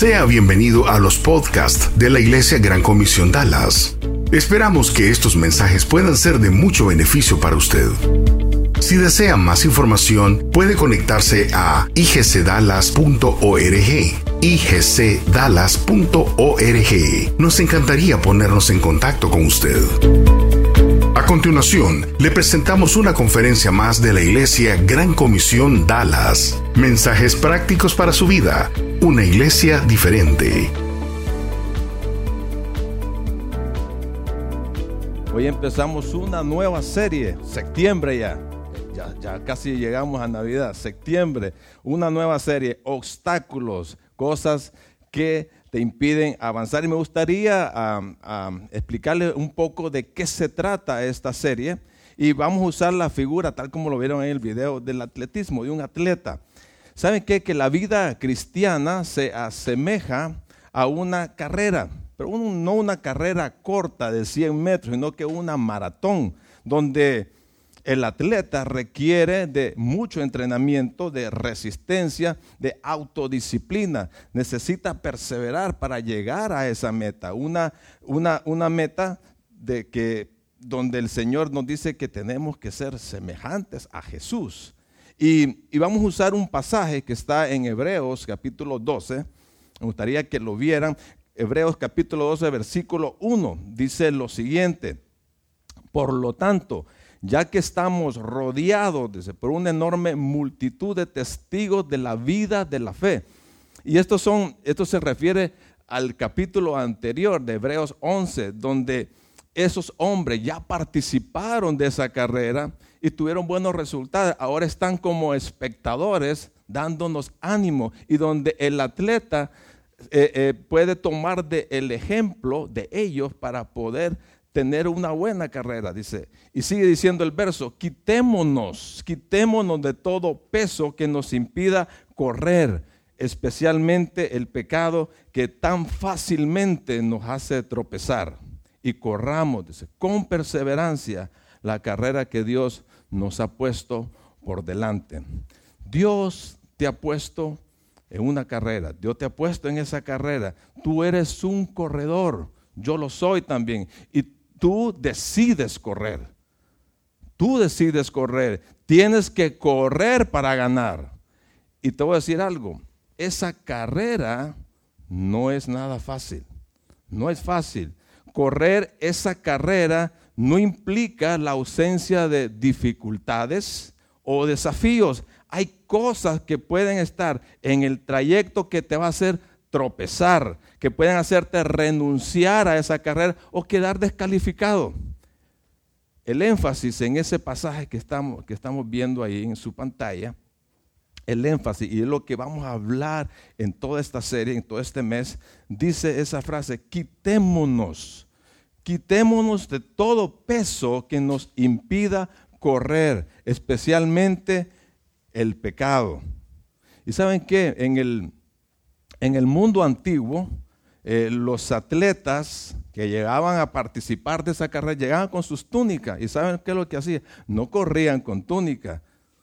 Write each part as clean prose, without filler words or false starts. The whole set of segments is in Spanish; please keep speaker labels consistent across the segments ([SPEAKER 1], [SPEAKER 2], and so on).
[SPEAKER 1] Sea bienvenido a los podcasts de la Iglesia Gran Comisión Dallas. Esperamos que estos mensajes puedan ser de mucho beneficio para usted. Si desea más información, puede conectarse a igcdallas.org. igcdallas.org. Nos encantaría ponernos en contacto con usted. A continuación, le presentamos una conferencia más de la Iglesia Gran Comisión Dallas. Mensajes prácticos para su vida. Una iglesia diferente.
[SPEAKER 2] Hoy empezamos una nueva serie, septiembre ya casi llegamos a Navidad, septiembre, una nueva serie, obstáculos, cosas que te impiden avanzar. Y me gustaría explicarles un poco de qué se trata esta serie. Y vamos a usar la figura, tal como lo vieron en el video, del atletismo, de un atleta. ¿Saben qué? Que la vida cristiana se asemeja a una carrera, pero no una carrera corta de 100 metros, sino que una maratón, donde el atleta requiere de mucho entrenamiento, de resistencia, de autodisciplina. Necesita perseverar para llegar a esa meta. Una meta donde el Señor nos dice que tenemos que ser semejantes a Jesús. Y vamos a usar un pasaje que está en Hebreos capítulo 12. Me gustaría que lo vieran. Hebreos capítulo 12, versículo 1. Dice lo siguiente: por lo tanto, ya que estamos rodeados por una enorme multitud de testigos de la vida de la fe. Y esto se refiere al capítulo anterior de Hebreos 11, donde esos hombres ya participaron de esa carrera y tuvieron buenos resultados. Ahora están como espectadores dándonos ánimo, y donde el atleta puede tomar el ejemplo de ellos para poder tener una buena carrera, dice. Y sigue diciendo el verso: quitémonos de todo peso que nos impida correr, especialmente el pecado que tan fácilmente nos hace tropezar. Y corramos, dice, con perseverancia la carrera que Dios nos ha puesto por delante. Dios te ha puesto en una carrera, Dios te ha puesto en esa carrera. Tú eres un corredor, yo lo soy también, y tú decides correr. Tú decides correr. Tienes que correr para ganar. Y te voy a decir algo, esa carrera no es nada fácil. No es fácil. Correr esa carrera no implica la ausencia de dificultades o desafíos. Hay cosas que pueden estar en el trayecto que te va a hacer tropezar, que pueden hacerte renunciar a esa carrera o quedar descalificado. El énfasis en ese pasaje que estamos viendo ahí en su pantalla, el énfasis, y es lo que vamos a hablar en toda esta serie, en todo este mes, dice esa frase: quitémonos de todo peso que nos impida correr, especialmente el pecado. ¿Y saben qué? En el mundo antiguo, los atletas que llegaban a participar de esa carrera llegaban con sus túnicas. ¿Y saben qué es lo que hacían? No corrían con túnica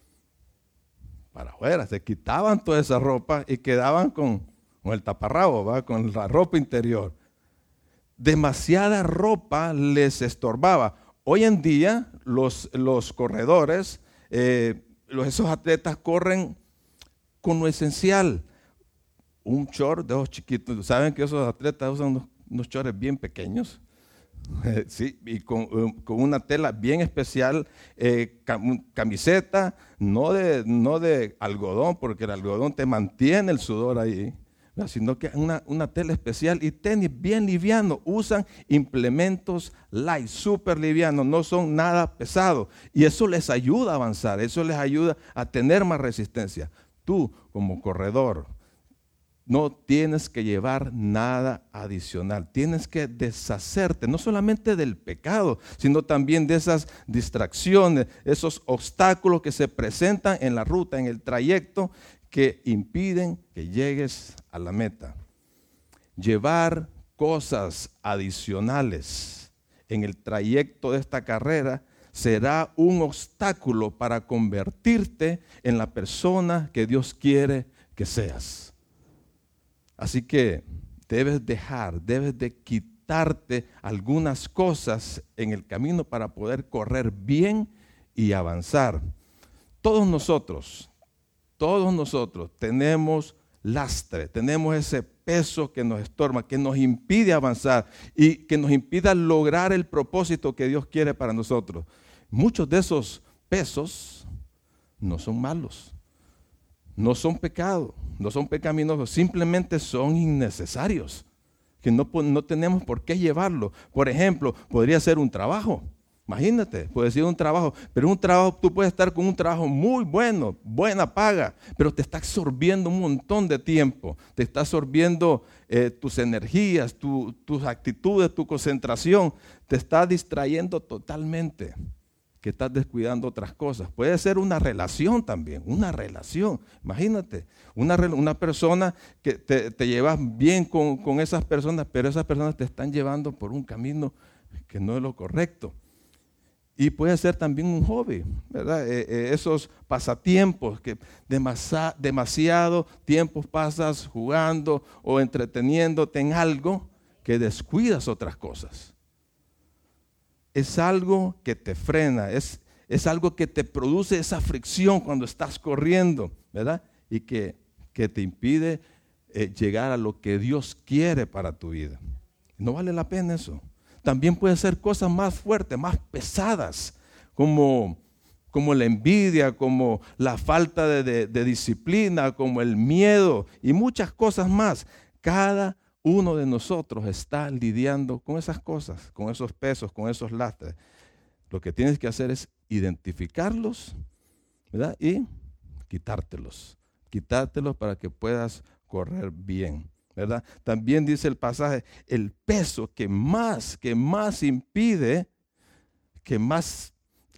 [SPEAKER 2] para afuera, se quitaban toda esa ropa y quedaban con el taparrabo, ¿va? Con la ropa interior. Demasiada ropa les estorbaba. Hoy en día los corredores, esos atletas corren con lo esencial. Un short de ojos chiquitos. ¿Saben que esos atletas usan unos shorts bien pequeños? Sí, y con una tela bien especial, camiseta, no de algodón, porque el algodón te mantiene el sudor ahí, sino que una tela especial, y tenis bien liviano. Usan implementos light, súper livianos, no son nada pesados, y eso les ayuda a avanzar, eso les ayuda a tener más resistencia. Tú, como corredor, no tienes que llevar nada adicional. Tienes que deshacerte no solamente del pecado, sino también de esas distracciones, esos obstáculos que se presentan en la ruta, en el trayecto, que impiden que llegues a la meta. Llevar cosas adicionales en el trayecto de esta carrera será un obstáculo para convertirte en la persona que Dios quiere que seas. Así que debes de quitarte algunas cosas en el camino para poder correr bien y avanzar. Todos nosotros tenemos lastre, tenemos ese peso que nos estorba, que nos impide avanzar y que nos impida lograr el propósito que Dios quiere para nosotros. Muchos de esos pesos no son malos, no son pecado, no son pecaminosos, simplemente son innecesarios, que no tenemos por qué llevarlo. Por ejemplo, podría ser un trabajo. Imagínate, puede ser un trabajo, pero un trabajo, tú puedes estar con un trabajo muy bueno, buena paga, pero te está absorbiendo un montón de tiempo, te está absorbiendo tus energías, tus actitudes, tu concentración, te está distrayendo totalmente, que estás descuidando otras cosas. Puede ser una relación también, una relación. Imagínate, una persona que te llevas bien con esas personas, pero esas personas te están llevando por un camino que no es lo correcto. Y puede ser también un hobby, ¿verdad? Esos pasatiempos que demasiado tiempo pasas jugando o entreteniéndote en algo que descuidas otras cosas. Es algo que te frena, es algo que te produce esa fricción cuando estás corriendo, ¿verdad? Y que te impide llegar a lo que Dios quiere para tu vida. No vale la pena eso. También puede ser cosas más fuertes, más pesadas, como la envidia, como la falta de disciplina, como el miedo y muchas cosas más. Cada uno de nosotros está lidiando con esas cosas, con esos pesos, con esos lastres. Lo que tienes que hacer es identificarlos, ¿verdad? Y quitártelos para que puedas correr bien, ¿verdad? También dice el pasaje, el peso que más impide, que más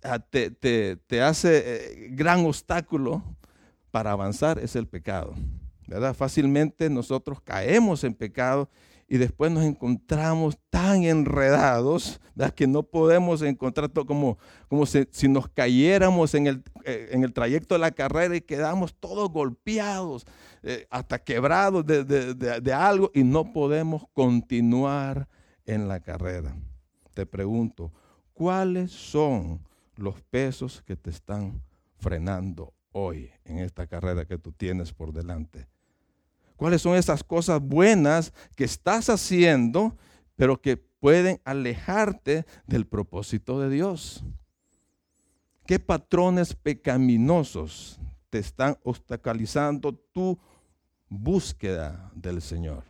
[SPEAKER 2] te hace gran obstáculo para avanzar es el pecado, ¿verdad? Fácilmente nosotros caemos en pecado y después nos encontramos tan enredados, ¿verdad? Que no podemos encontrar todo, como si nos cayéramos en el trayecto de la carrera y quedamos todos golpeados, hasta quebrados de algo y no podemos continuar en la carrera. Te pregunto, ¿cuáles son los pesos que te están frenando hoy en esta carrera que tú tienes por delante? ¿Cuáles son esas cosas buenas que estás haciendo, pero que pueden alejarte del propósito de Dios? ¿Qué patrones pecaminosos te están obstaculizando tu búsqueda del Señor?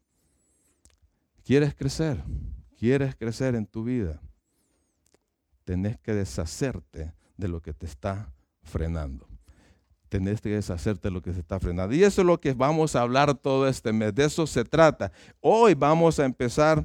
[SPEAKER 2] ¿Quieres crecer? ¿Quieres crecer en tu vida? Tenés que deshacerte de lo que te está frenando. Tenés que deshacerte de lo que se está frenando. Y eso es lo que vamos a hablar todo este mes. De eso se trata. Hoy vamos a empezar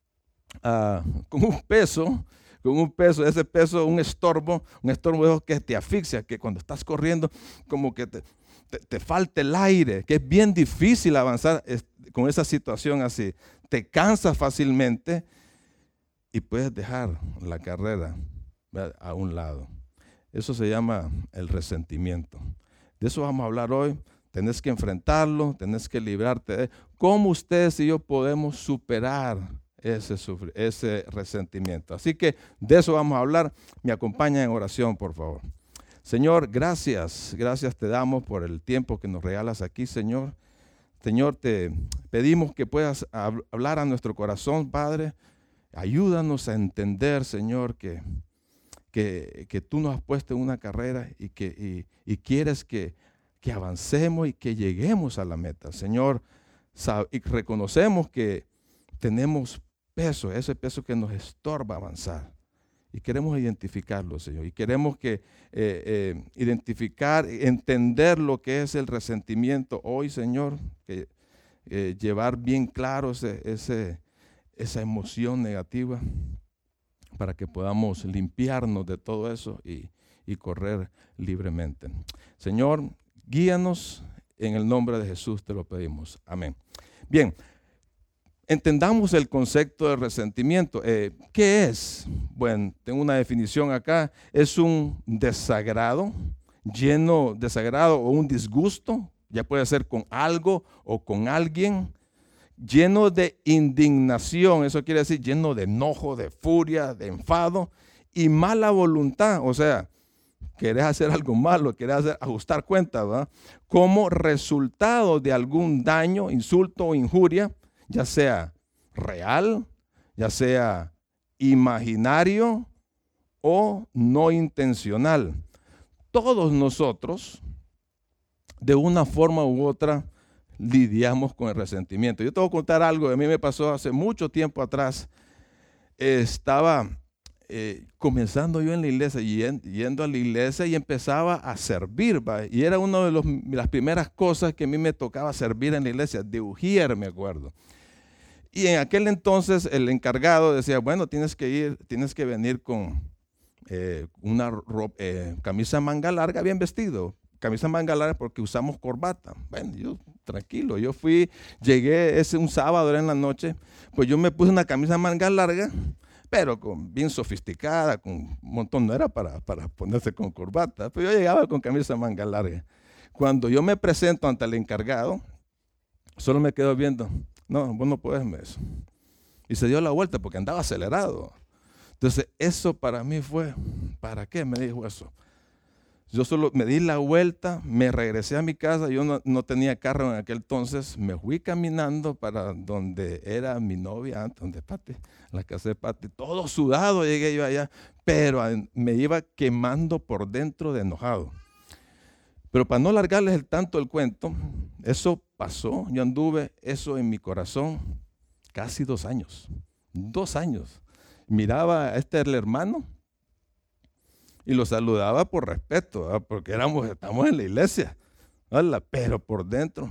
[SPEAKER 2] con un peso, ese peso, un estorbo que te asfixia, que cuando estás corriendo como que te falta el aire, que es bien difícil avanzar con esa situación así. Te cansas fácilmente y puedes dejar la carrera, ¿verdad?, a un lado. Eso se llama el resentimiento. De eso vamos a hablar hoy. Tenés que enfrentarlo, tenés que librarte de cómo ustedes y yo podemos superar ese resentimiento. Así que de eso vamos a hablar. Me acompaña en oración, por favor. Señor, gracias te damos por el tiempo que nos regalas aquí, Señor. Señor, te pedimos que puedas hablar a nuestro corazón, Padre. Ayúdanos a entender, Señor, que tú nos has puesto en una carrera y quieres que avancemos y que lleguemos a la meta. Señor, y reconocemos que tenemos peso, ese peso que nos estorba avanzar. Y queremos identificarlo, Señor. Y queremos identificar, entender lo que es el resentimiento hoy, Señor. Llevar bien claro esa emoción negativa, para que podamos limpiarnos de todo eso y correr libremente. Señor, guíanos, en el nombre de Jesús te lo pedimos. Amén. Bien, entendamos el concepto de resentimiento. ¿Qué es? Bueno, tengo una definición acá. Es un desagrado o un disgusto, ya puede ser con algo o con alguien, lleno de indignación, eso quiere decir lleno de enojo, de furia, de enfado y mala voluntad, o sea, querés hacer algo malo, ajustar cuentas, ¿verdad? Como resultado de algún daño, insulto o injuria, ya sea real, ya sea imaginario o no intencional. Todos nosotros, de una forma u otra, lidiamos con el resentimiento. Yo te voy a contar algo que a mí me pasó hace mucho tiempo atrás. Estaba comenzando yo en la iglesia, yendo a la iglesia y empezaba a servir, ¿va? Y era una de las primeras cosas que a mí me tocaba servir en la iglesia, de ujier, me acuerdo. Y en aquel entonces el encargado decía, bueno, tienes que venir con una camisa manga larga, bien vestido. Camisa manga larga porque usamos corbata. Bueno, yo tranquilo, llegué un sábado, era en la noche, pues yo me puse una camisa manga larga, pero bien sofisticada, con un montón, no era para ponerse con corbata, pero yo llegaba con camisa manga larga. Cuando yo me presento ante el encargado, solo me quedo viendo, no, vos no puedes eso. Y se dio la vuelta porque andaba acelerado. Entonces, eso para mí fue, ¿para qué me dijo eso? Yo solo me di la vuelta, me regresé a mi casa, yo no tenía carro en aquel entonces, me fui caminando para donde era mi novia, donde Pati, la casa de Pati, todo sudado llegué yo allá, pero me iba quemando por dentro de enojado. Pero para no alargarles tanto el cuento, eso pasó, yo anduve eso en mi corazón casi 2 años, 2 años. Miraba a el hermano, y lo saludaba por respeto, ¿verdad? Porque estamos en la iglesia, ¿verdad? Pero por dentro,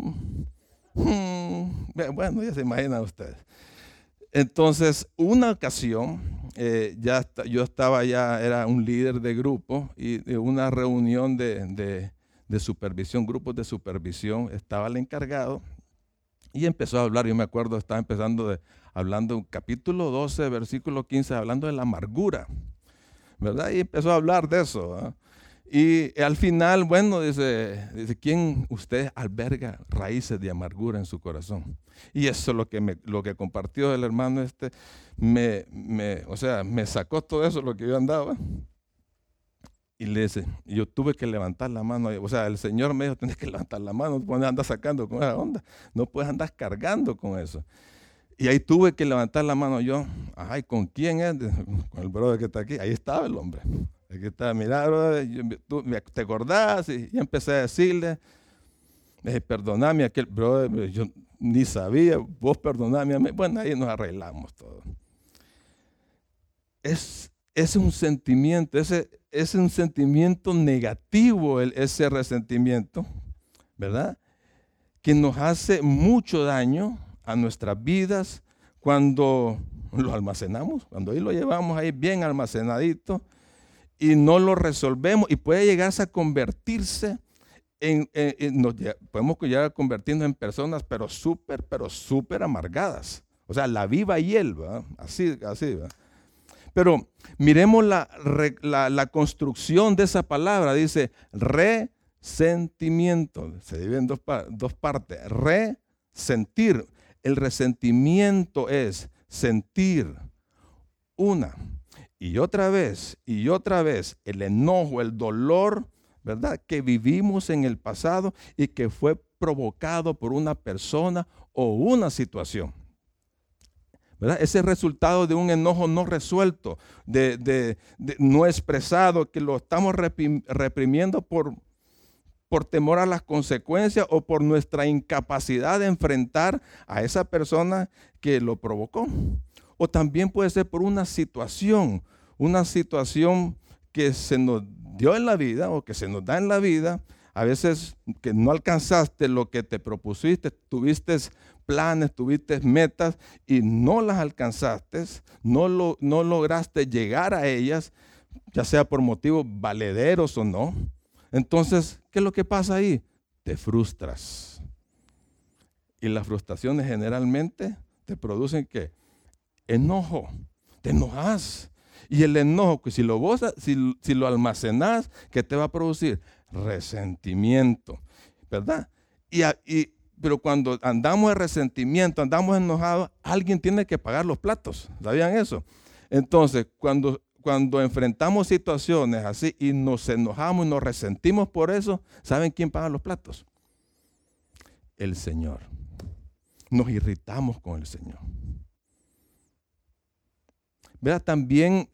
[SPEAKER 2] bueno, ya se imaginan ustedes. Entonces, una ocasión, yo estaba ya, era un líder de grupo, y de una reunión de supervisión, grupos de supervisión, estaba el encargado, y empezó a hablar, yo me acuerdo, estaba hablando capítulo 12, versículo 15, hablando de la amargura, ¿verdad? Y empezó a hablar de eso, ¿verdad? Y al final, bueno, dice, ¿quién usted alberga raíces de amargura en su corazón? Y eso es lo que compartió el hermano me sacó todo eso, lo que yo andaba. Y le dice, yo tuve que levantar la mano, o sea, el Señor me dijo, tienes que levantar la mano, no puedes andar sacando con esa onda, no puedes andar cargando con eso. Y ahí tuve que levantar la mano yo. Ay, ¿con quién es? Con el brother que está aquí. Ahí estaba el hombre. Aquí está, mira, brother, ¿te acordás? Y empecé a decirle, perdoname a aquel brother, yo ni sabía, vos perdoname a mí. Bueno, ahí nos arreglamos todo. Es un sentimiento, es un sentimiento negativo ese resentimiento, ¿verdad? Que nos hace mucho daño a nuestras vidas cuando lo almacenamos, cuando ahí lo llevamos ahí bien almacenadito y no lo resolvemos, y puede llegarse a convertirse podemos llegar a convertirnos en personas pero súper amargadas, o sea, la viva hiel, ¿verdad? Así, ¿verdad? Pero miremos la construcción de esa palabra, dice resentimiento, se divide en dos partes, resentir. El resentimiento es sentir una y otra vez el enojo, el dolor, ¿verdad? Que vivimos en el pasado y que fue provocado por una persona o una situación, ¿verdad? Ese resultado de un enojo no resuelto, de no expresado, que lo estamos reprimiendo por temor a las consecuencias o por nuestra incapacidad de enfrentar a esa persona que lo provocó. O también puede ser por una situación que se nos dio en la vida o que se nos da en la vida, a veces que no alcanzaste lo que te propusiste, tuviste planes, tuviste metas y no las alcanzaste, no lograste llegar a ellas, ya sea por motivos valederos o no. Entonces, ¿qué es lo que pasa ahí? Te frustras. Y las frustraciones generalmente te producen ¿qué? Enojo. Te enojas. Y el enojo, si lo almacenas, ¿qué te va a producir? Resentimiento. ¿verdad? Pero cuando andamos de resentimiento, andamos enojados, alguien tiene que pagar los platos. ¿Sabían eso? Entonces, cuando enfrentamos situaciones así y nos enojamos y nos resentimos por eso, ¿saben quién paga los platos? El Señor. Nos irritamos con el Señor. ¿Verdad? También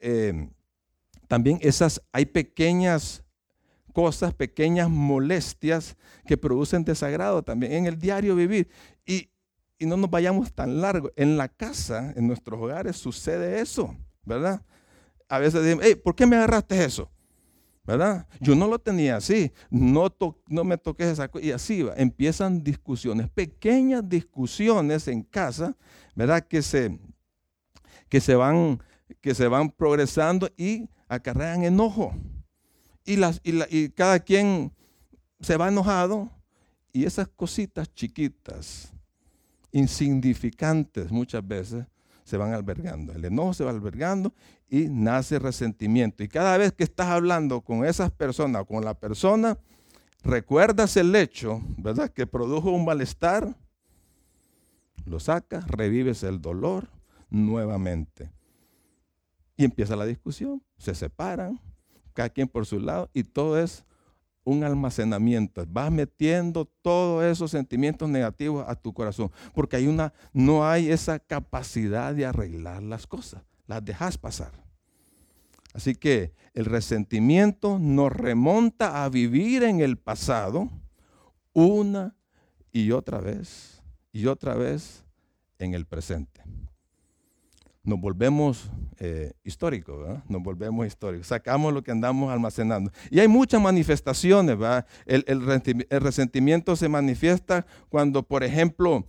[SPEAKER 2] hay pequeñas cosas, pequeñas molestias que producen desagrado también en el diario vivir. Y no nos vayamos tan largo. En la casa, en nuestros hogares, sucede eso, ¿verdad? A veces decimos, hey, ¿por qué me agarraste eso? ¿Verdad? Yo no lo tenía así, no me toques esa cosa. Y así va. Empiezan discusiones, pequeñas discusiones en casa, ¿verdad? Que se van progresando y acarrean enojo. Y cada quien se va enojado y esas cositas chiquitas, insignificantes muchas veces, se van albergando. El enojo se va albergando y nace resentimiento. Y cada vez que estás hablando con esas personas o con la persona, recuerdas el hecho, ¿verdad?, que produjo un malestar, lo sacas, revives el dolor nuevamente. Y empieza la discusión, se separan, cada quien por su lado, y todo es un almacenamiento. Vas metiendo todos esos sentimientos negativos a tu corazón, porque no hay esa capacidad de arreglar las cosas, las dejas pasar. Así que el resentimiento nos remonta a vivir en el pasado una y otra vez en el presente. Nos volvemos históricos, ¿verdad? Nos volvemos históricos. Sacamos lo que andamos almacenando. Y hay muchas manifestaciones, ¿verdad? El resentimiento se manifiesta cuando, por ejemplo,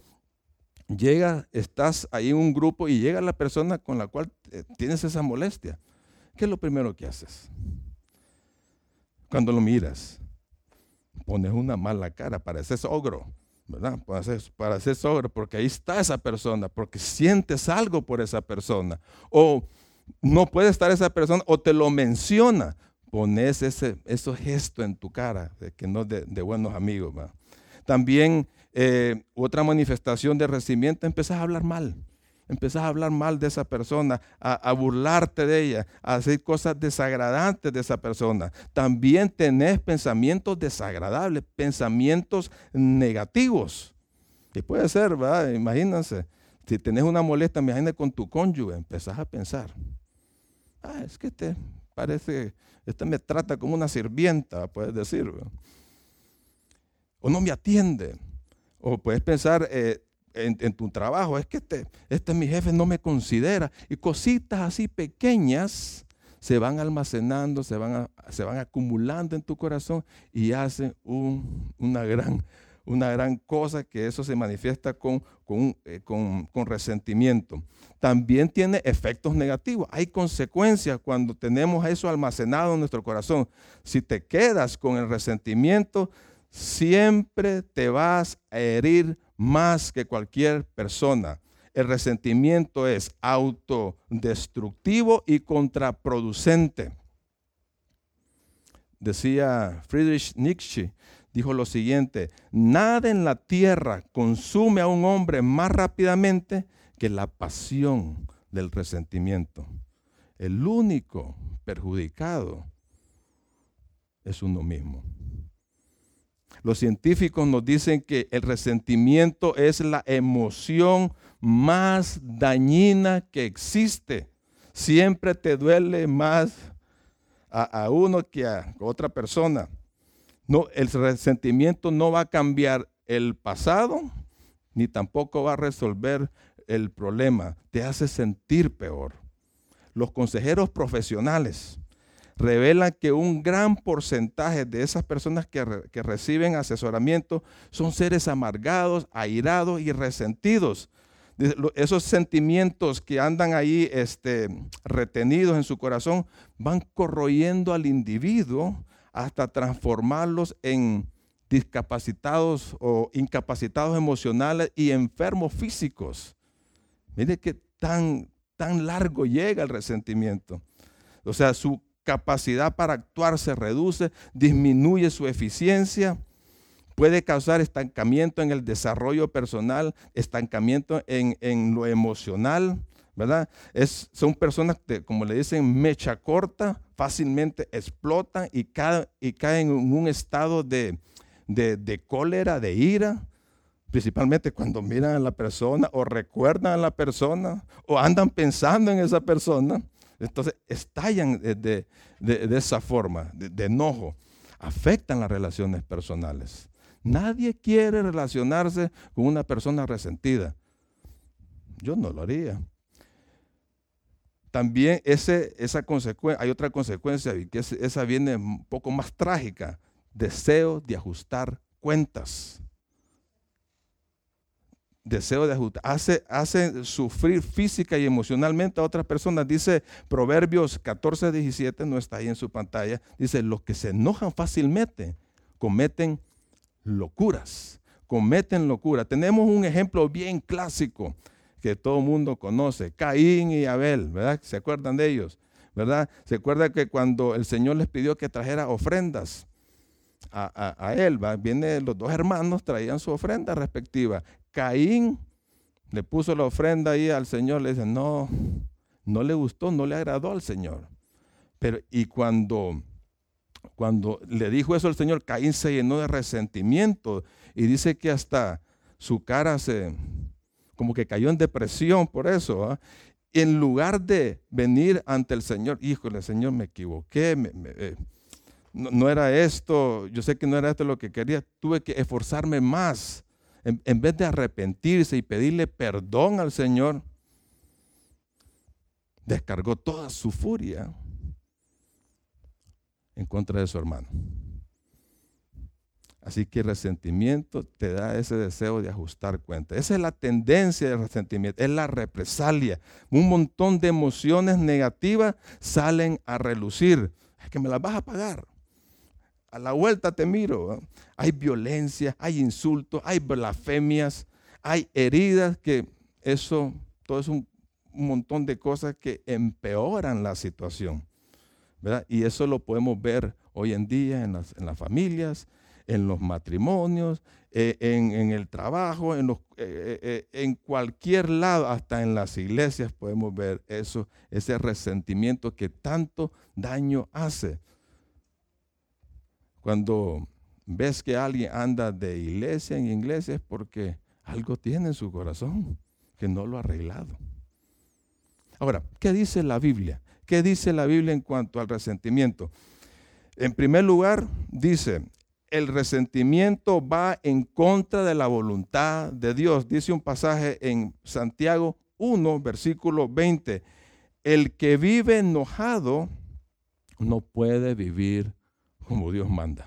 [SPEAKER 2] estás ahí en un grupo y llega la persona con la cual tienes esa molestia. ¿Qué es lo primero que haces? Cuando lo miras, pones una mala cara, pareces ogro, ¿verdad? Para ser sogro, porque ahí está esa persona, porque sientes algo por esa persona, o no puede estar esa persona, o te lo menciona, pones esos gestos en tu cara, que no de buenos amigos, ¿verdad? También otra manifestación de resentimiento, empezás a hablar mal de esa persona, a burlarte de ella, a hacer cosas desagradantes de esa persona. También tenés pensamientos desagradables, pensamientos negativos. Y puede ser, ¿verdad? Imagínense, si tenés una molestia, imagínate con tu cónyuge, empezás a pensar, es que me trata como una sirvienta, puedes decir, ¿verdad? O no me atiende. O puedes pensar en tu trabajo, es que mi jefe no me considera. Y cositas así pequeñas se van almacenando, se van acumulando en tu corazón y hacen una gran cosa, que eso se manifiesta con resentimiento. También tiene efectos negativos. Hay consecuencias cuando tenemos eso almacenado en nuestro corazón. Si te quedas con el resentimiento, siempre te vas a herir más que cualquier persona. El resentimiento es autodestructivo y contraproducente. Decía Friedrich Nietzsche, dijo lo siguiente: nada en la tierra consume a un hombre más rápidamente que la pasión del resentimiento. El único perjudicado es uno mismo. Los científicos nos dicen que el resentimiento es la emoción más dañina que existe. Siempre te duele más a uno que a otra persona. No, el resentimiento no va a cambiar el pasado, ni tampoco va a resolver el problema. Te hace sentir peor. Los consejeros profesionales revelan que un gran porcentaje de esas personas que reciben asesoramiento son seres amargados, airados y resentidos. Esos sentimientos que andan ahí retenidos en su corazón van corroyendo al individuo hasta transformarlos en discapacitados o incapacitados emocionales y enfermos físicos. Mire que tan largo llega el resentimiento. O sea, su capacidad para actuar se reduce, disminuye su eficiencia, puede causar estancamiento en el desarrollo personal, estancamiento en lo emocional, ¿verdad? Son personas que, como le dicen, mecha corta, fácilmente explotan y caen en un estado de cólera, de ira, principalmente cuando miran a la persona o recuerdan a la persona o andan pensando en esa persona. Entonces estallan de esa forma, de enojo. Afectan las relaciones personales. Nadie quiere relacionarse con una persona resentida. Yo no lo haría. También esa consecuencia, hay otra consecuencia, y que esa viene un poco más trágica: deseo de ajustar cuentas. Deseo de ajustar. Hace sufrir física y emocionalmente a otras personas. Dice Proverbios 14:17, no está ahí en su pantalla. Dice: los que se enojan fácilmente cometen locuras. Cometen locura. Tenemos un ejemplo bien clásico que todo el mundo conoce: Caín y Abel, ¿verdad? ¿Se acuerdan de ellos? ¿Verdad? ¿Se acuerdan que cuando el Señor les pidió que trajera ofrendas a él, ¿va? Los dos hermanos traían su ofrenda respectiva. Caín le puso la ofrenda ahí al Señor, le dice: no le gustó, no le agradó al Señor. Y cuando le dijo eso al Señor, Caín se llenó de resentimiento y dice que hasta su cara como que cayó en depresión por eso, ¿eh? En lugar de venir ante el Señor: híjole, Señor, me equivoqué, no era esto, yo sé que no era esto lo que quería, tuve que esforzarme más. En vez de arrepentirse y pedirle perdón al Señor, descargó toda su furia en contra de su hermano. Así que el resentimiento te da ese deseo de ajustar cuentas. Esa es la tendencia del resentimiento, es la represalia. Un montón de emociones negativas salen a relucir. Es que me las vas a pagar. A la vuelta te miro. Hay violencia, hay insultos, hay blasfemias, hay heridas, todo es un montón de cosas que empeoran la situación, ¿verdad? Y eso lo podemos ver hoy en día en las familias, en los matrimonios, en el trabajo, en cualquier lado, hasta en las iglesias podemos ver ese resentimiento que tanto daño hace. Cuando ves que alguien anda de iglesia en iglesia es porque algo tiene en su corazón que no lo ha arreglado. Ahora, ¿qué dice la Biblia? ¿Qué dice la Biblia en cuanto al resentimiento? En primer lugar, dice: el resentimiento va en contra de la voluntad de Dios. Dice un pasaje en Santiago 1, versículo 20: el que vive enojado no puede vivir como Dios manda.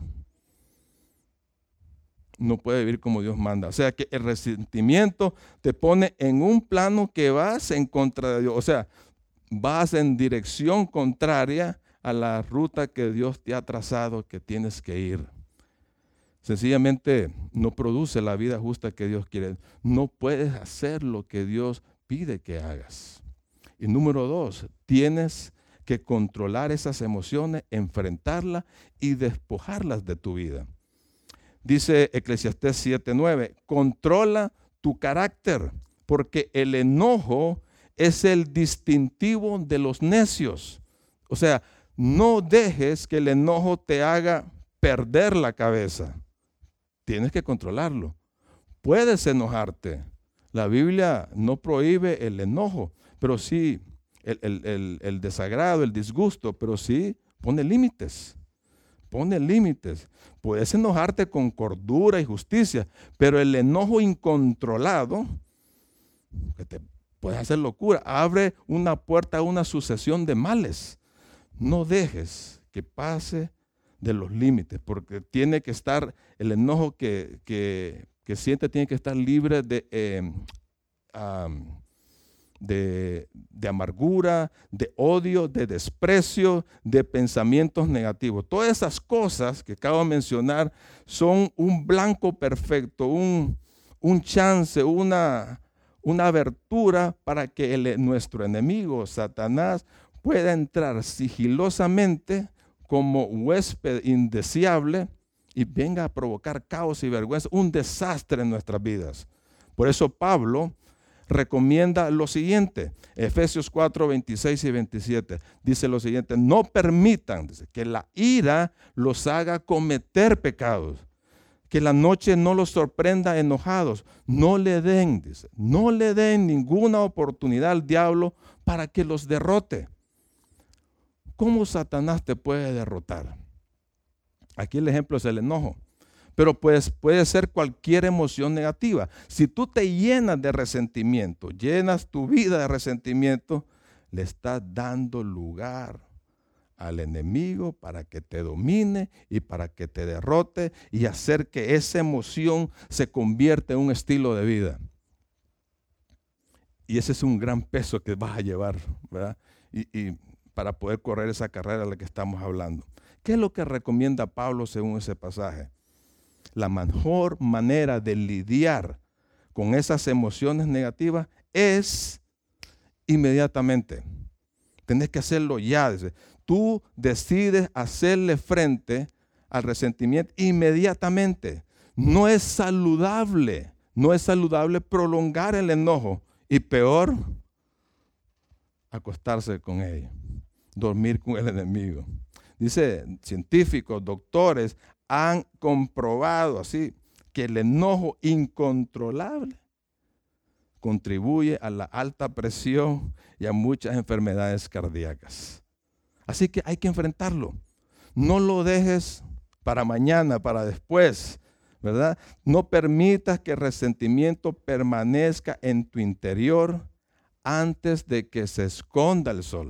[SPEAKER 2] No puede vivir como Dios manda. O sea que el resentimiento te pone en un plano que vas en contra de Dios. O sea, vas en dirección contraria a la ruta que Dios te ha trazado que tienes que ir. Sencillamente no produce la vida justa que Dios quiere. No puedes hacer lo que Dios pide que hagas. Y número 2, tienes que controlar esas emociones, enfrentarlas y despojarlas de tu vida. Dice Eclesiastés 7:9, controla tu carácter, porque el enojo es el distintivo de los necios. O sea, no dejes que el enojo te haga perder la cabeza. Tienes que controlarlo. Puedes enojarte. La Biblia no prohíbe el enojo, pero sí el desagrado, el disgusto, pero sí pone límites. Pone límites. Puedes enojarte con cordura y justicia, pero el enojo incontrolado, que te puede hacer locura, abre una puerta a una sucesión de males. No dejes que pase de los límites, porque tiene que estar, el enojo que siente tiene que estar libre de amargura, de odio, de desprecio, de pensamientos negativos. Todas esas cosas que acabo de mencionar son un blanco perfecto, un chance, una abertura para que nuestro enemigo, Satanás, pueda entrar sigilosamente como huésped indeseable y venga a provocar caos y vergüenza, un desastre en nuestras vidas. Por eso Pablo recomienda lo siguiente, Efesios 4, 26 y 27, dice lo siguiente: no permitan, dice, que la ira los haga cometer pecados, que la noche no los sorprenda enojados, no le den, dice, no le den ninguna oportunidad al diablo para que los derrote. ¿Cómo Satanás te puede derrotar? Aquí el ejemplo es el enojo. Pero pues puede ser cualquier emoción negativa. Si tú te llenas de resentimiento, llenas tu vida de resentimiento, le estás dando lugar al enemigo para que te domine y para que te derrote y hacer que esa emoción se convierta en un estilo de vida. Y ese es un gran peso que vas a llevar, ¿verdad? Y para poder correr esa carrera de la que estamos hablando. ¿Qué es lo que recomienda Pablo según ese pasaje? La mejor manera de lidiar con esas emociones negativas es inmediatamente. Tenés que hacerlo ya. Dice. Tú decides hacerle frente al resentimiento inmediatamente. No es saludable prolongar el enojo y peor, acostarse con ella, dormir con el enemigo. Dice, científicos, doctores han comprobado así que el enojo incontrolable contribuye a la alta presión y a muchas enfermedades cardíacas. Así que hay que enfrentarlo. No lo dejes para mañana, para después, ¿verdad? No permitas que el resentimiento permanezca en tu interior antes de que se esconda el sol.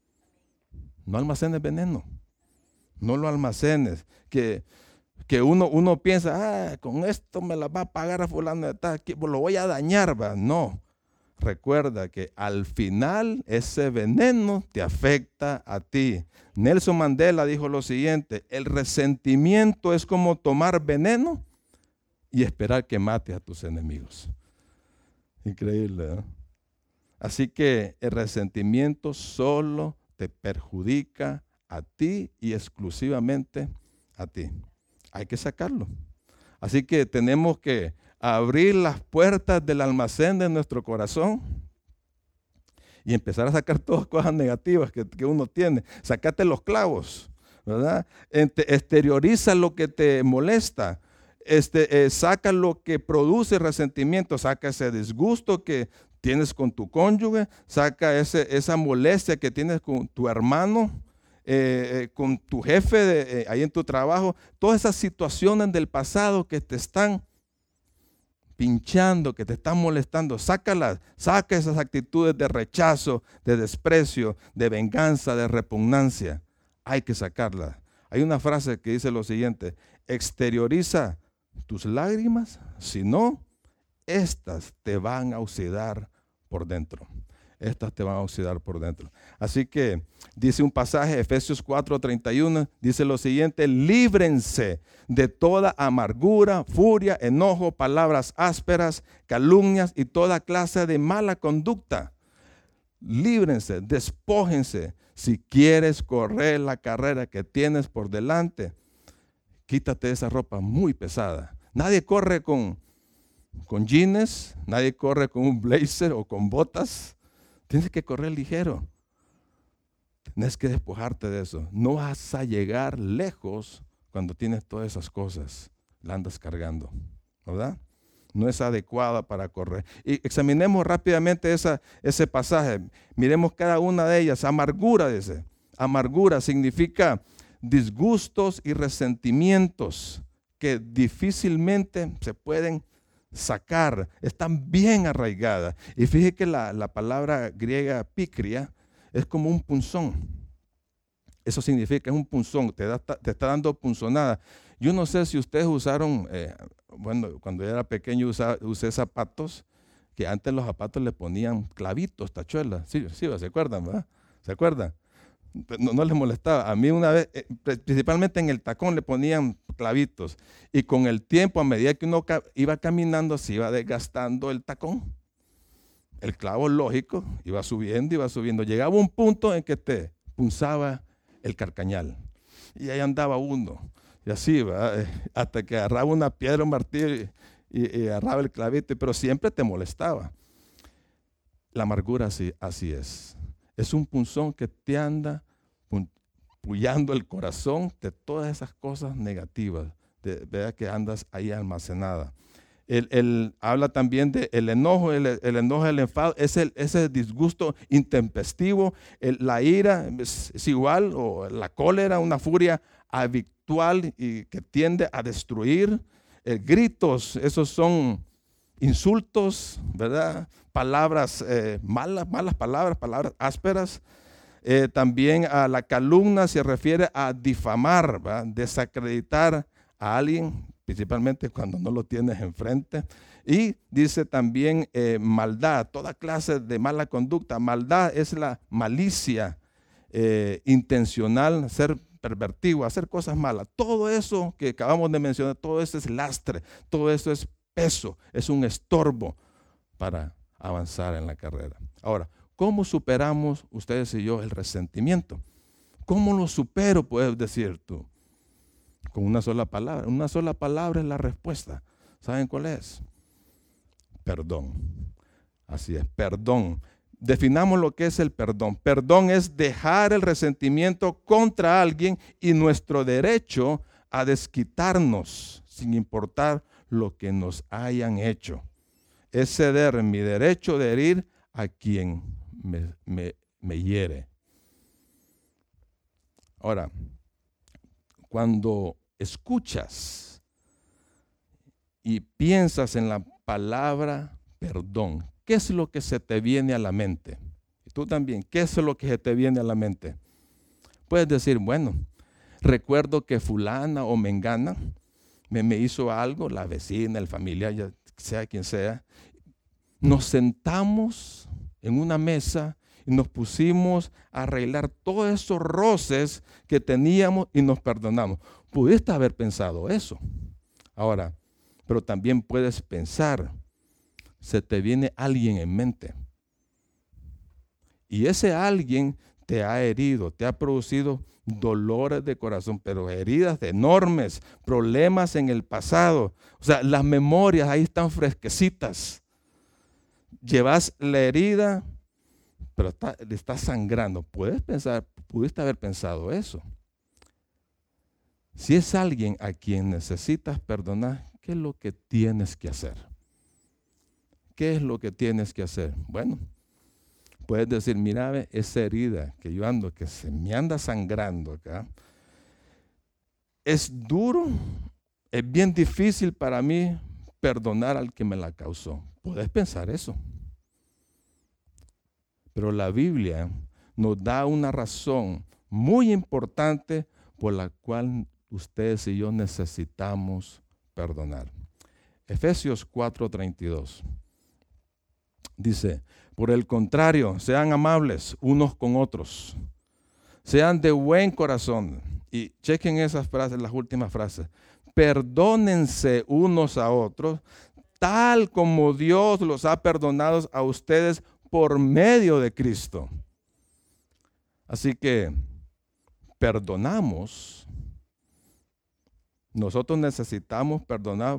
[SPEAKER 2] No almacenes veneno. No lo almacenes. Que uno piensa, con esto me la va a pagar a fulano de tal, lo voy a dañar, ¿va? No. Recuerda que al final ese veneno te afecta a ti. Nelson Mandela dijo lo siguiente: el resentimiento es como tomar veneno y esperar que mate a tus enemigos. Increíble, ¿no? Así que el resentimiento solo te perjudica a ti y exclusivamente a ti. Hay que sacarlo. Así que tenemos que abrir las puertas del almacén de nuestro corazón y empezar a sacar todas las cosas negativas que uno tiene. Sácate los clavos, ¿verdad? Exterioriza lo que te molesta. Saca lo que produce resentimiento. Saca ese disgusto que tienes con tu cónyuge. Saca esa molestia que tienes con tu hermano. Con tu jefe ahí en tu trabajo, todas esas situaciones del pasado que te están pinchando, que te están molestando, sácalas, saca esas actitudes de rechazo, de desprecio, de venganza, de repugnancia. Hay que sacarlas. Hay una frase que dice lo siguiente: exterioriza tus lágrimas, si no, estas te van a oxidar por dentro. Estas te van a oxidar por dentro. Así que dice un pasaje, Efesios 4:31, dice lo siguiente: líbrense de toda amargura, furia, enojo, palabras ásperas, calumnias y toda clase de mala conducta. Líbrense, despójense. Si quieres correr la carrera que tienes por delante, quítate esa ropa muy pesada. Nadie corre con jeans, nadie corre con un blazer o con botas. Tienes que correr ligero. Tienes que despojarte de eso. No vas a llegar lejos cuando tienes todas esas cosas. La andas cargando, ¿verdad? No es adecuada para correr. Y examinemos rápidamente ese pasaje. Miremos cada una de ellas. Amargura, dice. Amargura significa disgustos y resentimientos que difícilmente se pueden sacar, están bien arraigadas. Y fíjese que la palabra griega picria es como un punzón. Eso significa, es un punzón, te está dando punzonada. Yo no sé si ustedes usaron, cuando yo era pequeño usé zapatos, que antes los zapatos le ponían clavitos, tachuelas. Sí, ¿se acuerdan, verdad? ¿Se acuerdan? No les molestaba. A mí una vez, principalmente en el tacón, le ponían clavitos. Y con el tiempo, a medida que uno iba caminando, se iba desgastando el tacón. El clavo, lógico, iba subiendo. Llegaba un punto en que te punzaba el carcañal. Y ahí andaba uno, Y así, ¿verdad? Hasta que agarraba una piedra, un martillo y agarraba el clavito, pero siempre te molestaba. La amargura así es. Es un punzón que te anda pullando el corazón de todas esas cosas negativas, ¿verdad? Que andas ahí almacenada. Habla también del enojo, el enojo, el enfado, ese disgusto intempestivo, la ira es igual, o la cólera, una furia habitual y que tiende a destruir. Gritos, esos son insultos, ¿verdad? Palabras malas palabras ásperas. También a la calumnia se refiere a difamar, ¿verdad? Desacreditar a alguien, principalmente cuando no lo tienes enfrente. Y dice también maldad, toda clase de mala conducta. Maldad es la malicia intencional, ser pervertido, hacer cosas malas. Todo eso que acabamos de mencionar, todo eso es lastre, todo eso es peso, es un estorbo para avanzar en la carrera. Ahora, ¿cómo superamos ustedes y yo el resentimiento? ¿Cómo lo supero, puedes decir tú? Con una sola palabra. Una sola palabra es la respuesta. ¿Saben cuál es? Perdón. Así es, perdón. Definamos lo que es el perdón. Perdón es dejar el resentimiento contra alguien y nuestro derecho a desquitarnos sin importar lo que nos hayan hecho. Es ceder mi derecho de herir a quien me hiere. Ahora, cuando escuchas y piensas en la palabra perdón, ¿qué es lo que se te viene a la mente? Y tú también, ¿qué es lo que se te viene a la mente? Puedes decir, bueno, recuerdo que fulana o mengana me hizo algo, la vecina, el familiar, ya sea quien sea. Nos sentamos en una mesa y nos pusimos a arreglar todos esos roces que teníamos y nos perdonamos. Pudiste haber pensado eso. Ahora, pero también puedes pensar, se te viene alguien en mente. Y ese alguien te ha herido, te ha producido dolores de corazón, pero heridas enormes, problemas en el pasado. O sea, las memorias ahí están fresquecitas. Llevas la herida, pero le está sangrando. Pudiste haber pensado eso. Si es alguien a quien necesitas perdonar, ¿qué es lo que tienes que hacer? ¿Qué es lo que tienes que hacer? Bueno, puedes decir, mira, esa herida que yo ando, que se me anda sangrando acá, es duro, es bien difícil para mí perdonar al que me la causó. Puedes pensar eso. Pero la Biblia nos da una razón muy importante por la cual ustedes y yo necesitamos perdonar. Efesios 4:32 dice, por el contrario, sean amables unos con otros, sean de buen corazón. Y chequen esas frases, las últimas frases. Perdónense unos a otros, tal como Dios los ha perdonado a ustedes por medio de Cristo. Así que perdonamos. Nosotros necesitamos perdonar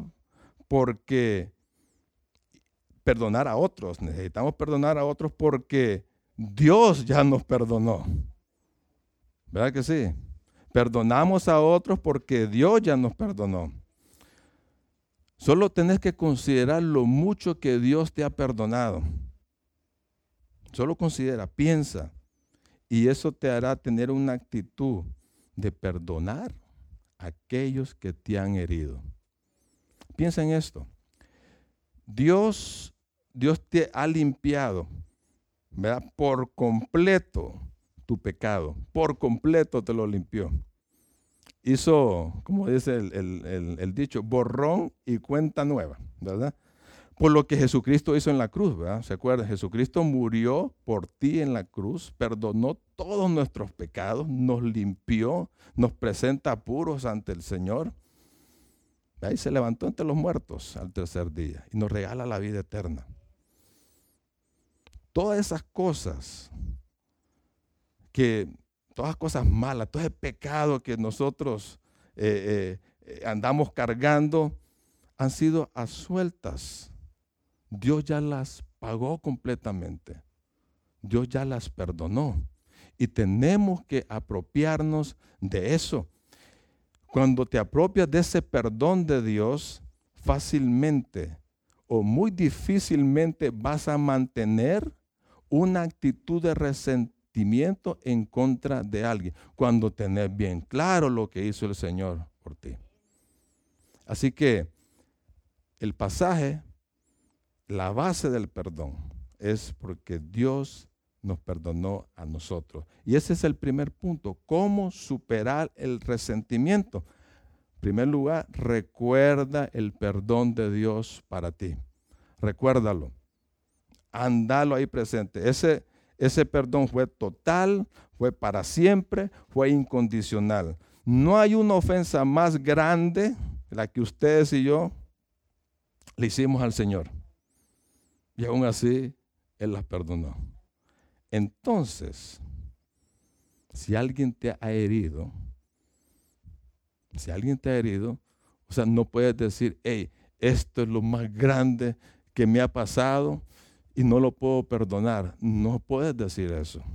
[SPEAKER 2] perdonar a otros. Necesitamos perdonar a otros porque Dios ya nos perdonó. ¿Verdad que sí? Perdonamos a otros porque Dios ya nos perdonó. Solo tenés que considerar lo mucho que Dios te ha perdonado. Solo considera, piensa. Y eso te hará tener una actitud de perdonar a aquellos que te han herido. Piensa en esto. Dios te ha limpiado, ¿verdad? Por completo tu pecado. Por completo te lo limpió. Hizo, como dice el dicho, borrón y cuenta nueva, ¿verdad? Por lo que Jesucristo hizo en la cruz, ¿verdad? ¿Se acuerdan? Jesucristo murió por ti en la cruz, perdonó todos nuestros pecados, nos limpió, nos presenta puros ante el Señor. Ahí se levantó entre los muertos al tercer día y nos regala la vida eterna. Todas esas cosas todas cosas malas, todo ese pecado que nosotros andamos cargando, han sido absueltas. Dios ya las pagó completamente. Dios ya las perdonó. Y tenemos que apropiarnos de eso. Cuando te apropias de ese perdón de Dios, fácilmente o muy difícilmente vas a mantener una actitud de resentimiento en contra de alguien, cuando tenés bien claro lo que hizo el Señor por ti. Así que el pasaje, la base del perdón, es porque Dios nos perdonó a nosotros. Y ese es el primer punto. ¿Cómo superar el resentimiento? En primer lugar, recuerda el perdón de Dios para ti. Recuérdalo. Andalo ahí presente. Ese perdón fue total, fue para siempre, fue incondicional. No hay una ofensa más grande que la que ustedes y yo le hicimos al Señor. Y aún así, Él las perdonó. Entonces, si alguien te ha herido, o sea, no puedes decir, hey, esto es lo más grande que me ha pasado y no lo puedo perdonar. No puedes decir eso.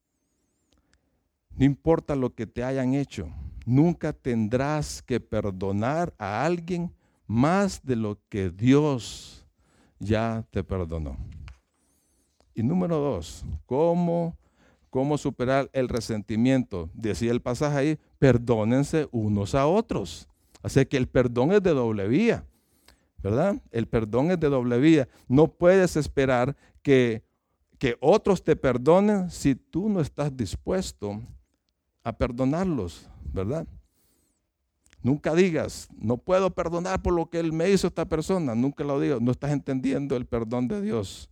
[SPEAKER 2] No importa lo que te hayan hecho, nunca tendrás que perdonar a alguien más de lo que Dios ya te perdonó. Y número 2, ¿cómo superar el resentimiento? Decía el pasaje ahí, perdónense unos a otros. Así que el perdón es de doble vía, ¿verdad? El perdón es de doble vía. No puedes esperar que otros te perdonen si tú no estás dispuesto a perdonarlos, ¿verdad? Nunca digas, no puedo perdonar por lo que él me hizo esta persona. Nunca lo digas, no estás entendiendo el perdón de Dios.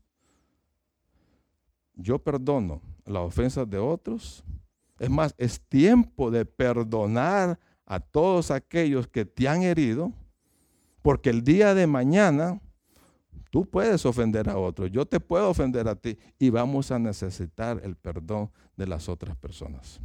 [SPEAKER 2] Yo perdono las ofensas de otros. Es más, es tiempo de perdonar a todos aquellos que te han herido, porque el día de mañana tú puedes ofender a otros, yo te puedo ofender a ti y vamos a necesitar el perdón de las otras personas.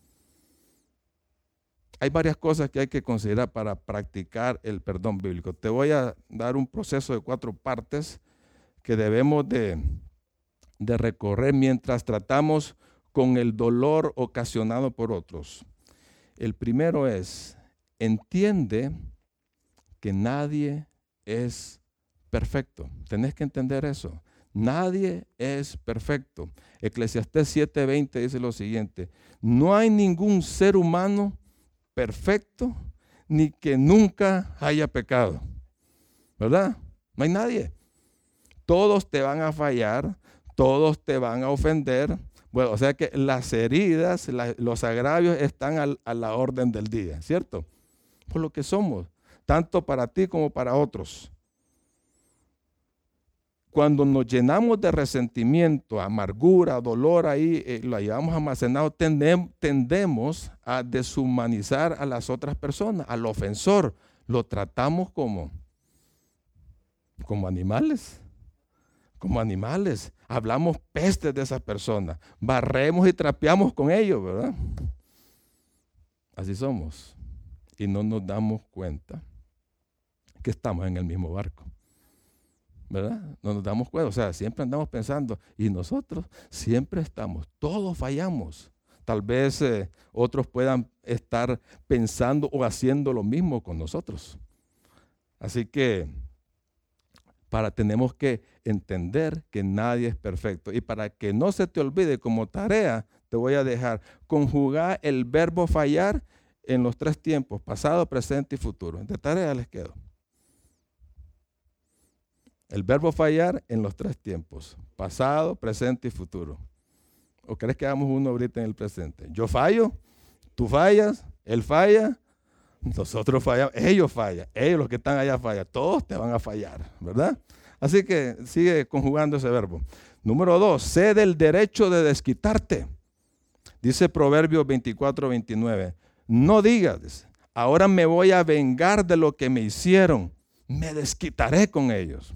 [SPEAKER 2] Hay varias cosas que hay que considerar para practicar el perdón bíblico. Te voy a dar un proceso de 4 partes que debemos de recorrer mientras tratamos con el dolor ocasionado por otros. El primero es, entiende que nadie es perfecto. Tenés que entender eso. Nadie es perfecto. Eclesiastés 7:20 dice lo siguiente: no hay ningún ser humano perfecto ni que nunca haya pecado. ¿Verdad? No hay nadie. Todos te van a fallar. Todos te van a ofender. Bueno, o sea que las heridas, los agravios están a la orden del día, ¿cierto? Por lo que somos, tanto para ti como para otros. Cuando nos llenamos de resentimiento, amargura, dolor, ahí lo llevamos almacenado, tendemos a deshumanizar a las otras personas, al ofensor. Lo tratamos como animales. Como animales, hablamos pestes de esas personas, barremos y trapeamos con ellos, ¿verdad? Así somos. Y no nos damos cuenta que estamos en el mismo barco, ¿verdad? No nos damos cuenta, o sea, siempre andamos pensando, y nosotros siempre estamos, todos fallamos. Tal vez otros puedan estar pensando o haciendo lo mismo con nosotros. Así que tenemos que entender que nadie es perfecto. Y para que no se te olvide como tarea, te voy a dejar conjugar el verbo fallar en los 3 tiempos, pasado, presente y futuro. De tarea les quedo. El verbo fallar en los 3 tiempos, pasado, presente y futuro. ¿O crees que hagamos uno ahorita en el presente? Yo fallo, tú fallas, él falla, nosotros fallamos, ellos fallan, ellos los que están allá fallan, todos te van a fallar, ¿verdad? Así que sigue conjugando ese verbo. Número 2, cede el derecho de desquitarte. Dice Proverbios 24:29, no digas, ahora me voy a vengar de lo que me hicieron, me desquitaré con ellos.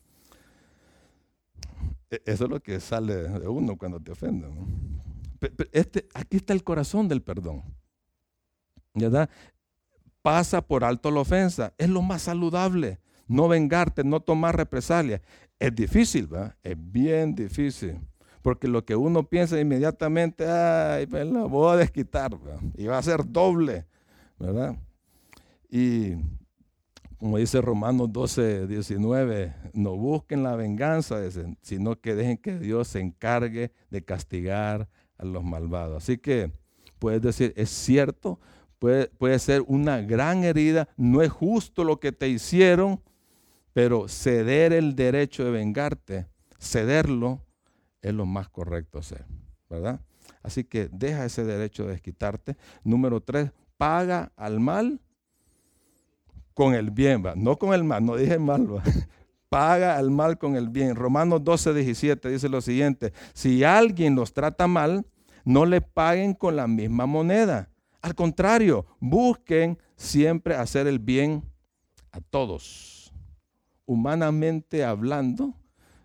[SPEAKER 2] Eso es lo que sale de uno cuando te ofenden, ¿no? Aquí está el corazón del perdón, ¿verdad? Pasa por alto la ofensa. Es lo más saludable. No vengarte, no tomar represalia. Es difícil, ¿verdad? Es bien difícil. Porque lo que uno piensa inmediatamente, ay, pues lo voy a desquitar, ¿verdad? Y va a ser doble, ¿verdad? Y como dice Romanos 12, 19, no busquen la venganza, sino que dejen que Dios se encargue de castigar a los malvados. Así que puedes decir, es cierto, puede ser una gran herida, no es justo lo que te hicieron, pero ceder el derecho de vengarte, cederlo, es lo más correcto hacer, ¿verdad? Así que deja ese derecho de desquitarte. Número 3, paga al mal con el bien, ¿va? No con el mal, no dije mal, ¿va? Paga al mal con el bien. Romanos 12, 17 dice lo siguiente: si alguien los trata mal, no le paguen con la misma moneda. Al contrario, busquen siempre hacer el bien a todos. Humanamente hablando,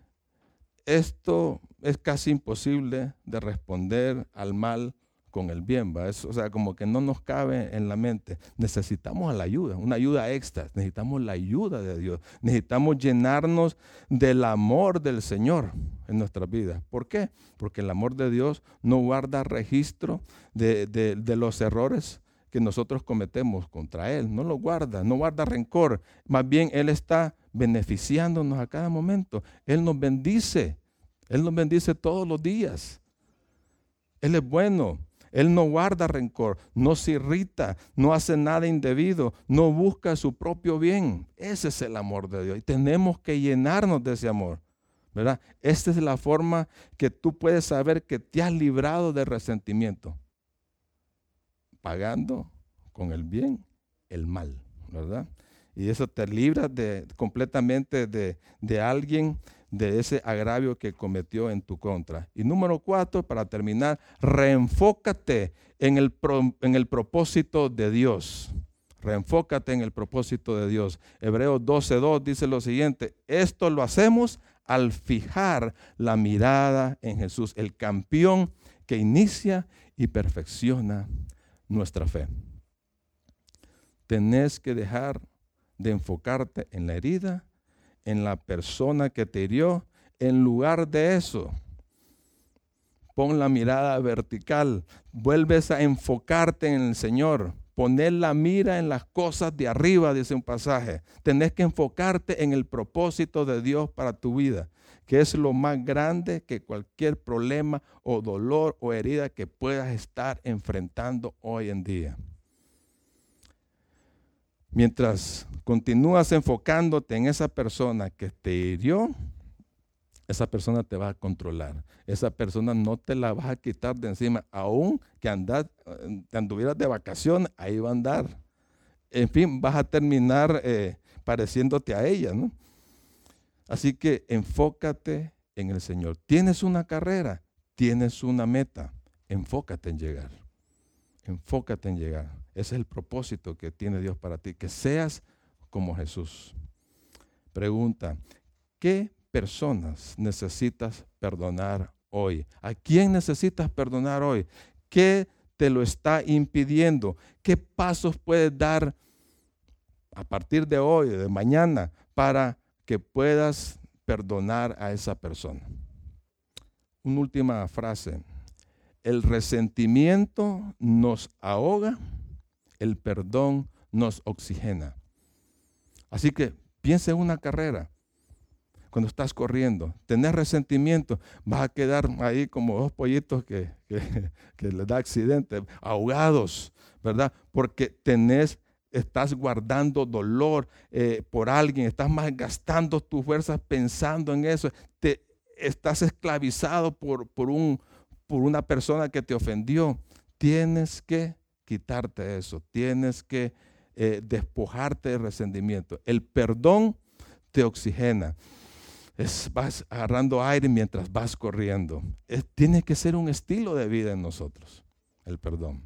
[SPEAKER 2] esto es casi imposible de responder al mal con el bien, ¿va? O sea, como que no nos cabe en la mente. Necesitamos la ayuda, una ayuda extra. Necesitamos la ayuda de Dios. Necesitamos llenarnos del amor del Señor en nuestras vidas. ¿Por qué? Porque el amor de Dios no guarda registro de los errores que nosotros cometemos contra Él. No lo guarda, no guarda rencor. Más bien Él está beneficiándonos a cada momento. Él nos bendice. Él nos bendice todos los días. Él es bueno. Él no guarda rencor, no se irrita, no hace nada indebido, no busca su propio bien. Ese es el amor de Dios y tenemos que llenarnos de ese amor, ¿verdad? Esta es la forma que tú puedes saber que te has librado de resentimiento, pagando con el bien el mal, ¿verdad? Y eso te libra completamente de alguien, de ese agravio que cometió en tu contra. Y número 4, para terminar, reenfócate en el propósito de Dios. Reenfócate en el propósito de Dios. Hebreos 12:2 dice lo siguiente: esto lo hacemos al fijar la mirada en Jesús, el campeón que inicia y perfecciona nuestra fe. Tenés que dejar de enfocarte en la herida, en la persona que te hirió. En lugar de eso, pon la mirada vertical, vuelves a enfocarte en el Señor, poner la mira en las cosas de arriba, dice un pasaje. Tenés que enfocarte en el propósito de Dios para tu vida, que es lo más grande que cualquier problema o dolor o herida que puedas estar enfrentando hoy en día. Mientras continúas enfocándote en esa persona que te hirió, esa persona te va a controlar. Esa persona no te la vas a quitar de encima. Aún que anduvieras de vacaciones, ahí va a andar. En fin, vas a terminar pareciéndote a ella, ¿no? Así que enfócate en el Señor. Tienes una carrera, tienes una meta. Enfócate en llegar. Enfócate en llegar. Ese es el propósito que tiene Dios para ti, que seas como Jesús. Pregunta: ¿qué personas necesitas perdonar hoy? ¿A quién necesitas perdonar hoy? ¿Qué te lo está impidiendo? ¿Qué pasos puedes dar a partir de hoy, de mañana, para que puedas perdonar a esa persona? Una última frase: el resentimiento nos ahoga, el perdón nos oxigena. Así que piensa en una carrera. Cuando estás corriendo, tenés resentimiento, vas a quedar ahí como dos pollitos que les da accidente, ahogados, ¿verdad? Porque estás guardando dolor por alguien, estás malgastando tus fuerzas pensando en eso, estás esclavizado por una persona que te ofendió. Tienes que quitarte eso, tienes que despojarte de resentimiento. El perdón te oxigena. Vas agarrando aire mientras vas corriendo. Tiene que ser un estilo de vida en nosotros, el perdón.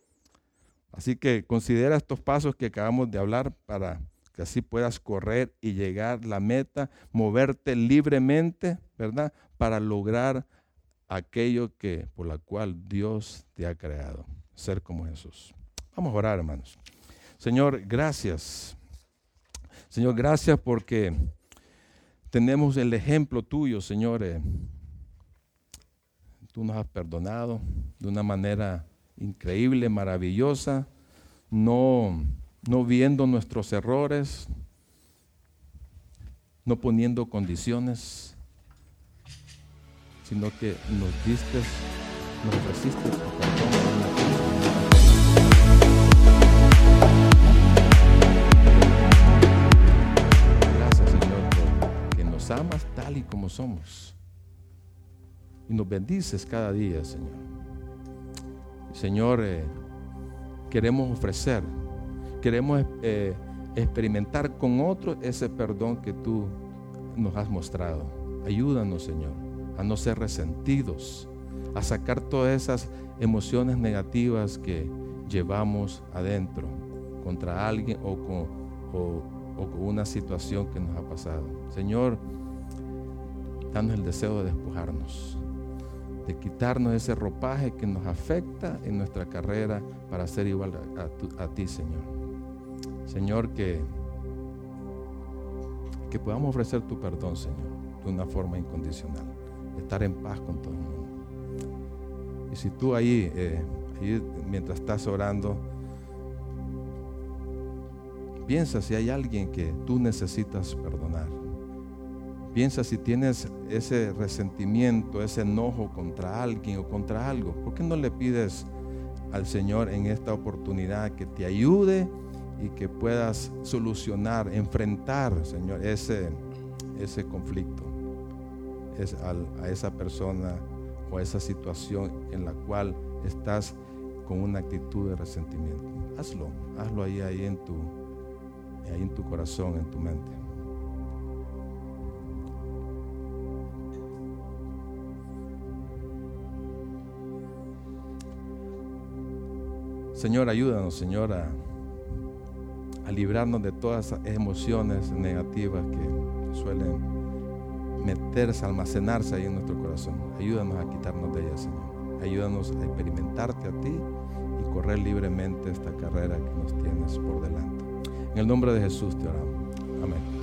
[SPEAKER 2] Así que considera estos pasos que acabamos de hablar para que así puedas correr y llegar a la meta, moverte libremente, ¿verdad? Para lograr aquello por la cual Dios te ha creado, ser como Jesús. Vamos a orar, hermanos. Señor, gracias. Señor, gracias porque tenemos el ejemplo tuyo, Señor. Tú nos has perdonado de una manera increíble, maravillosa, no viendo nuestros errores, no poniendo condiciones, sino que nos ofreciste tu perdón. Gracias, Señor, porque nos amas tal y como somos y nos bendices cada día, Señor. Señor, queremos ofrecer, queremos experimentar con otros ese perdón que tú nos has mostrado. Ayúdanos, Señor, a no ser resentidos, a sacar todas esas emociones negativas que llevamos adentro contra alguien o con una situación que nos ha pasado. Señor, danos el deseo de despojarnos, de quitarnos ese ropaje que nos afecta en nuestra carrera para ser igual a ti, Señor. Señor, que podamos ofrecer tu perdón, Señor, de una forma incondicional, estar en paz con todo el mundo. Y si tú ahí mientras estás orando, piensa si hay alguien que tú necesitas perdonar. Piensa si tienes ese resentimiento, ese enojo contra alguien o contra algo. ¿Por qué no le pides al Señor en esta oportunidad que te ayude y que puedas solucionar, enfrentar, Señor, ese conflicto, a esa persona o a esa situación en la cual estás con una actitud de resentimiento? Hazlo ahí en tu corazón, en tu mente. Señor, ayúdanos, Señor, a librarnos de todas esas emociones negativas que suelen meterse, almacenarse ahí en nuestro corazón. Ayúdanos a quitarnos de ellas, Señor. Ayúdanos a experimentarte a ti y correr libremente esta carrera que nos tienes por delante. En el nombre de Jesús te oramos. Amén.